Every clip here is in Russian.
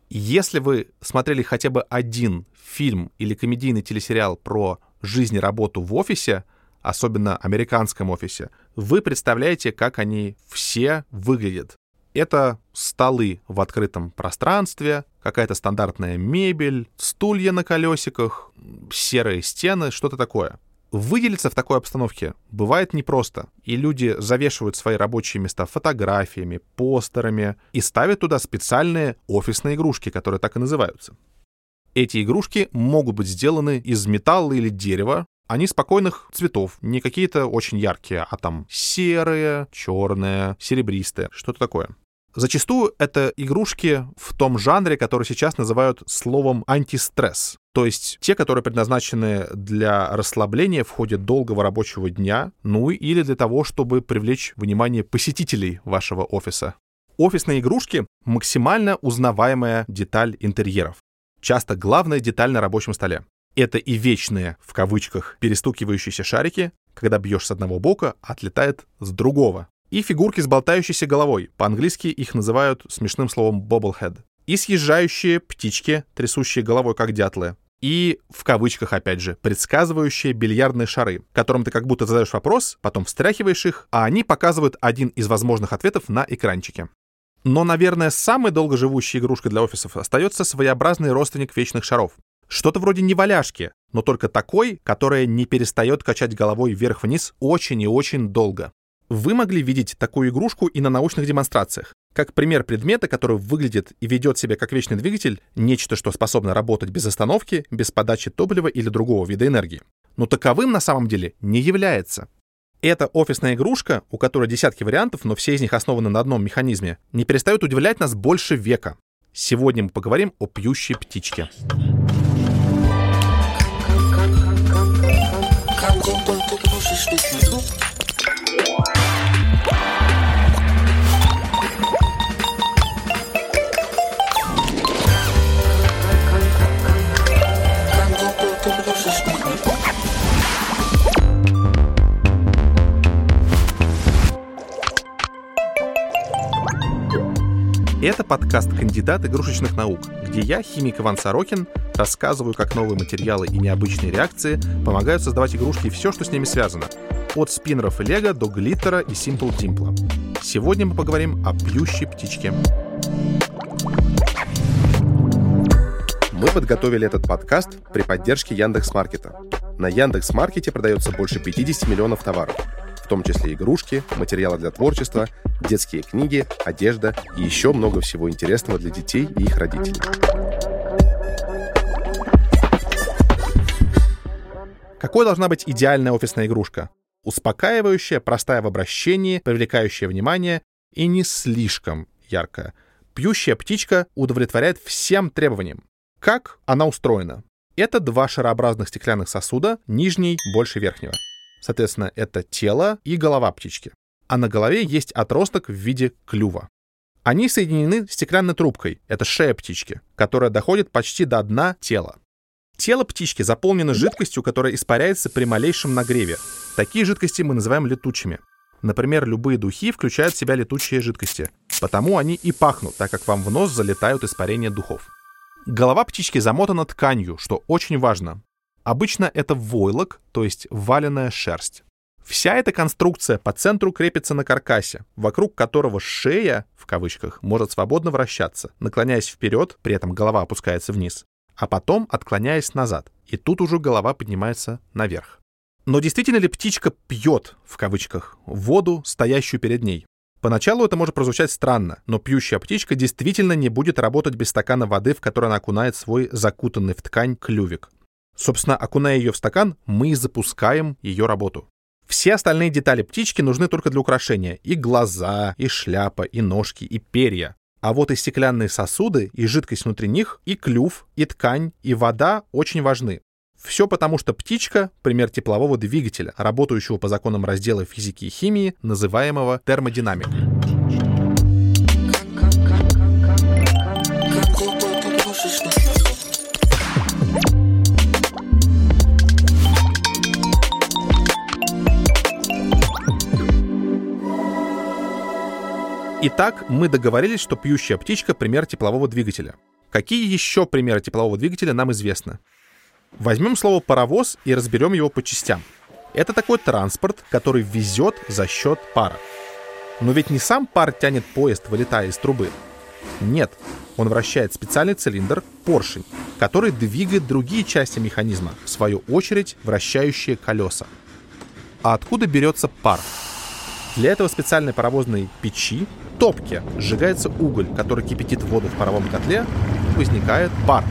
Если вы смотрели хотя бы один фильм или комедийный телесериал про жизнь и работу в офисе, особенно американском офисе, вы представляете, как они все выглядят. Это столы в открытом пространстве, какая-то стандартная мебель, стулья на колесиках, серые стены, что-то такое. Выделиться в такой обстановке бывает непросто, и люди завешивают свои рабочие места фотографиями, постерами и ставят туда специальные офисные игрушки, которые так и называются. Эти игрушки могут быть сделаны из металла или дерева, они спокойных цветов, не какие-то очень яркие, а там серые, черные, серебристые, что-то такое. Зачастую это игрушки в том жанре, который сейчас называют словом антистресс. То есть те, которые предназначены для расслабления в ходе долгого рабочего дня, ну или для того, чтобы привлечь внимание посетителей вашего офиса. Офисные игрушки — максимально узнаваемая деталь интерьеров. Часто главная деталь на рабочем столе. Это и вечные, в кавычках, перестукивающиеся шарики, когда бьешь с одного бока, отлетает с другого. И фигурки с болтающейся головой, по-английски их называют смешным словом bobblehead. И съезжающие птички, трясущие головой, как дятлы. И, в кавычках опять же, предсказывающие бильярдные шары, которым ты как будто задаешь вопрос, потом встряхиваешь их, а они показывают один из возможных ответов на экранчике. Но, наверное, самой долгоживущей игрушкой для офисов остается своеобразный родственник вечных шаров. Что-то вроде неваляшки, но только такой, которая не перестает качать головой вверх-вниз очень и очень долго. Вы могли видеть такую игрушку и на научных демонстрациях, как пример предмета, который выглядит и ведет себя как вечный двигатель, нечто, что способно работать без остановки, без подачи топлива или другого вида энергии. Но таковым на самом деле не является. Эта офисная игрушка, у которой десятки вариантов, но все из них основаны на одном механизме, не перестает удивлять нас больше века. Сегодня мы поговорим о пьющей птичке. Это подкаст «Кандидат игрушечных наук», где я, химик Иван Сорокин, рассказываю, как новые материалы и необычные реакции помогают создавать игрушки и все, что с ними связано. От спиннеров и лего до глиттера и Simple Dimple. Сегодня мы поговорим о пьющей птичке. Мы подготовили этот подкаст при поддержке Яндекс.Маркета. На Яндекс.Маркете продается больше 50 миллионов товаров, в том числе игрушки, материалы для творчества, детские книги, одежда и еще много всего интересного для детей и их родителей. Какой должна быть идеальная офисная игрушка? Успокаивающая, простая в обращении, привлекающая внимание и не слишком яркая. Пьющая птичка удовлетворяет всем требованиям. Как она устроена? Это два шарообразных стеклянных сосуда, нижний больше верхнего. Соответственно, это тело и голова птички. А на голове есть отросток в виде клюва. Они соединены стеклянной трубкой. Это шея птички, которая доходит почти до дна тела. Тело птички заполнено жидкостью, которая испаряется при малейшем нагреве. Такие жидкости мы называем летучими. Например, любые духи включают в себя летучие жидкости. Потому они и пахнут, так как вам в нос залетают испарения духов. Голова птички замотана тканью, что очень важно. Обычно это войлок, то есть валеная шерсть. Вся эта конструкция по центру крепится на каркасе, вокруг которого шея, в кавычках, может свободно вращаться, наклоняясь вперед, при этом голова опускается вниз, а потом отклоняясь назад, и тут уже голова поднимается наверх. Но действительно ли птичка пьет, в кавычках, воду, стоящую перед ней? Поначалу это может прозвучать странно, но пьющая птичка действительно не будет работать без стакана воды, в который она окунает свой закутанный в ткань клювик. Собственно, окуная ее в стакан, мы и запускаем ее работу. Все остальные детали птички нужны только для украшения. И глаза, и шляпа, и ножки, и перья. А вот и стеклянные сосуды, и жидкость внутри них, и клюв, и ткань, и вода очень важны. Все потому, что птичка — пример теплового двигателя, работающего по законам раздела физики и химии, называемого термодинамикой. Итак, мы договорились, что пьющая птичка — пример теплового двигателя. Какие еще примеры теплового двигателя нам известны? Возьмем слово «паровоз» и разберем его по частям. Это такой транспорт, который везет за счет пара. Но ведь не сам пар тянет поезд, вылетая из трубы. Нет, он вращает специальный цилиндр, поршень, который двигает другие части механизма, в свою очередь вращающие колеса. А откуда берется пар? Для этого специальной паровозной печи, топки, сжигается уголь, который кипятит воду в паровом котле, и возникает пар.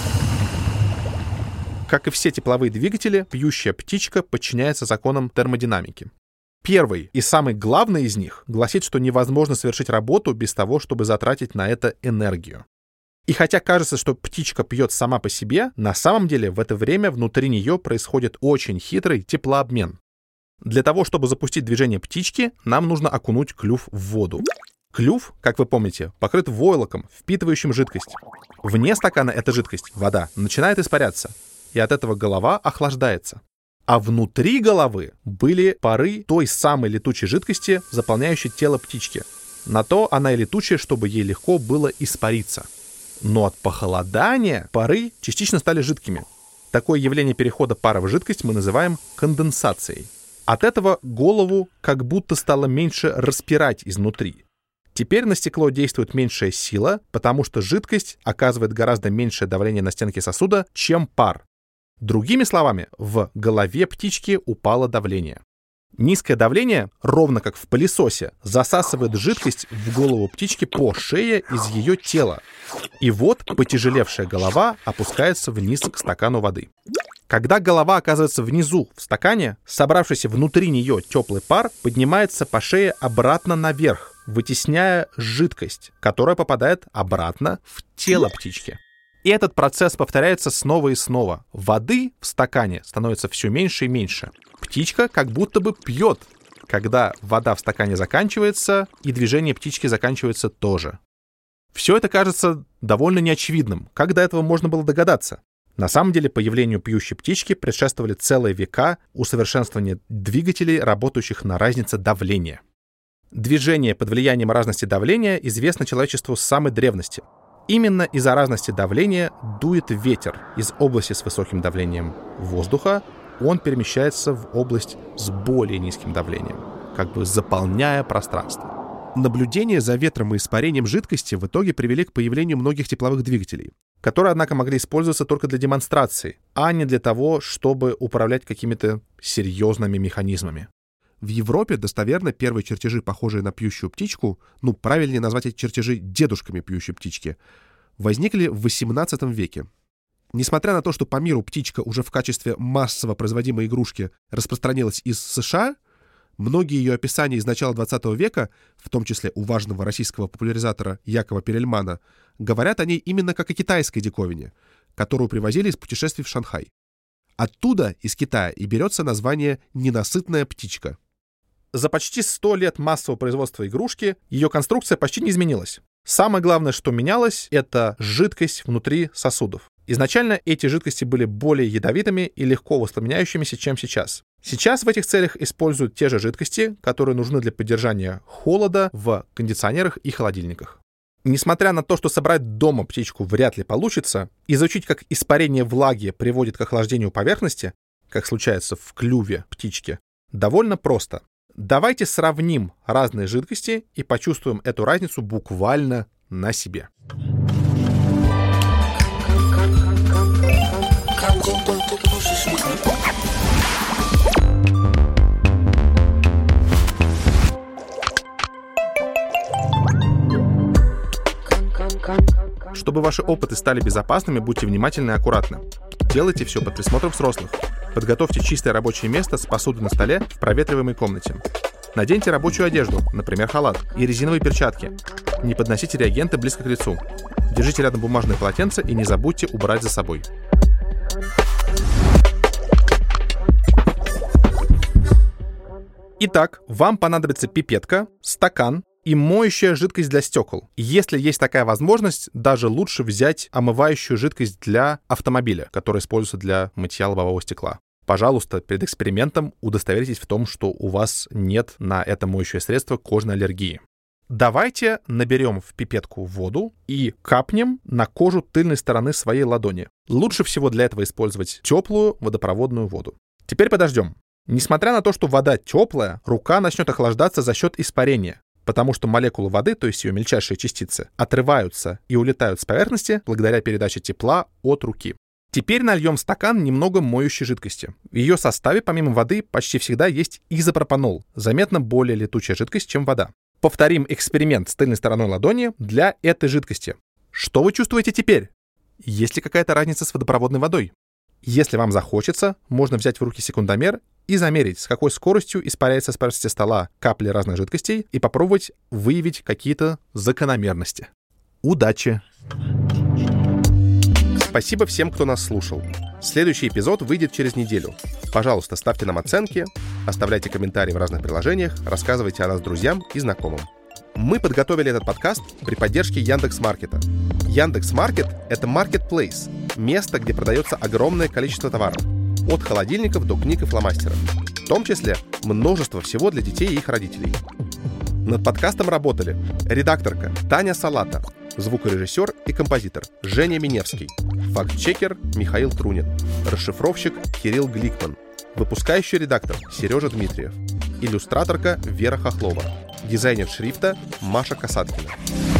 Как и все тепловые двигатели, пьющая птичка подчиняется законам термодинамики. Первый и самый главный из них гласит, что невозможно совершить работу без того, чтобы затратить на это энергию. И хотя кажется, что птичка пьет сама по себе, на самом деле в это время внутри нее происходит очень хитрый теплообмен. Для того, чтобы запустить движение птички, нам нужно окунуть клюв в воду. Клюв, как вы помните, покрыт войлоком, впитывающим жидкость. Вне стакана эта жидкость, вода, начинает испаряться, и от этого голова охлаждается. А внутри головы были пары той самой летучей жидкости, заполняющей тело птички. На то она и летучая, чтобы ей легко было испариться. Но от похолодания пары частично стали жидкими. Такое явление перехода пара в жидкость мы называем конденсацией. От этого голову как будто стало меньше распирать изнутри. Теперь на стекло действует меньшая сила, потому что жидкость оказывает гораздо меньшее давление на стенки сосуда, чем пар. Другими словами, в голове птички упало давление. Низкое давление, ровно как в пылесосе, засасывает жидкость в голову птички по шее из ее тела. И вот потяжелевшая голова опускается вниз к стакану воды. Когда голова оказывается внизу в стакане, собравшийся внутри нее теплый пар поднимается по шее обратно наверх, вытесняя жидкость, которая попадает обратно в тело птички. И этот процесс повторяется снова и снова. Воды в стакане становится все меньше и меньше. Птичка как будто бы пьет, когда вода в стакане заканчивается, и движение птички заканчивается тоже. Все это кажется довольно неочевидным. Как до этого можно было догадаться? На самом деле появлению пьющей птички предшествовали целые века усовершенствования двигателей, работающих на разнице давления. Движение под влиянием разности давления известно человечеству с самой древности. Именно из-за разности давления дует ветер. Из области с высоким давлением воздуха он перемещается в область с более низким давлением, как бы заполняя пространство. Наблюдения за ветром и испарением жидкости в итоге привели к появлению многих тепловых двигателей, которые, однако, могли использоваться только для демонстрации, а не для того, чтобы управлять какими-то серьезными механизмами. В Европе достоверно первые чертежи, похожие на пьющую птичку, правильнее назвать эти чертежи дедушками пьющей птички, возникли в XVIII веке. Несмотря на то, что по миру птичка уже в качестве массово производимой игрушки распространилась из США, многие ее описания из начала XX века, в том числе у важного российского популяризатора Якова Перельмана, говорят о ней именно как о китайской диковине, которую привозили из путешествий в Шанхай. Оттуда, из Китая, и берется название «ненасытная птичка». За почти 100 лет массового производства игрушки ее конструкция почти не изменилась. Самое главное, что менялось, это жидкость внутри сосудов. Изначально эти жидкости были более ядовитыми и легко воспламеняющимися, чем сейчас. Сейчас в этих целях используют те же жидкости, которые нужны для поддержания холода в кондиционерах и холодильниках. Несмотря на то, что собрать дома птичку вряд ли получится, изучить, как испарение влаги приводит к охлаждению поверхности, как случается в клюве птички, довольно просто. Давайте сравним разные жидкости и почувствуем эту разницу буквально на себе. Чтобы ваши опыты стали безопасными, будьте внимательны и аккуратны. Делайте все под присмотром взрослых. Подготовьте чистое рабочее место с посудой на столе в проветриваемой комнате. Наденьте рабочую одежду, например, халат, и резиновые перчатки. Не подносите реагенты близко к лицу. Держите рядом бумажное полотенце и не забудьте убрать за собой. Итак, вам понадобится пипетка, стакан и моющая жидкость для стекол. Если есть такая возможность, даже лучше взять омывающую жидкость для автомобиля, которая используется для мытья лобового стекла. Пожалуйста, перед экспериментом удостоверитесь в том, что у вас нет на это моющее средство кожной аллергии. Давайте наберем в пипетку воду и капнем на кожу тыльной стороны своей ладони. Лучше всего для этого использовать теплую водопроводную воду. Теперь подождем. Несмотря на то, что вода теплая, рука начнет охлаждаться за счет испарения, потому что молекулы воды, то есть ее мельчайшие частицы, отрываются и улетают с поверхности благодаря передаче тепла от руки. Теперь нальем в стакан немного моющей жидкости. В ее составе, помимо воды, почти всегда есть изопропанол, заметно более летучая жидкость, чем вода. Повторим эксперимент с тыльной стороной ладони для этой жидкости. Что вы чувствуете теперь? Есть ли какая-то разница с водопроводной водой? Если вам захочется, можно взять в руки секундомер и замерить, с какой скоростью испаряется с поверхности стола капли разных жидкостей, и попробовать выявить какие-то закономерности. Удачи! Спасибо всем, кто нас слушал. Следующий эпизод выйдет через неделю. Пожалуйста, ставьте нам оценки, оставляйте комментарии в разных приложениях, рассказывайте о нас друзьям и знакомым. Мы подготовили этот подкаст при поддержке Яндекс.Маркета. Яндекс.Маркет — это marketplace, место, где продается огромное количество товаров. От холодильников до книг и фломастеров. В том числе множество всего для детей и их родителей. Над подкастом работали редакторка Таня Салата, звукорежиссер и композитор Женя Миневский, фактчекер Михаил Трунин, расшифровщик Кирилл Гликман, выпускающий редактор Сережа Дмитриев, иллюстраторка Вера Хохлова, дизайнер шрифта Маша Касаткина.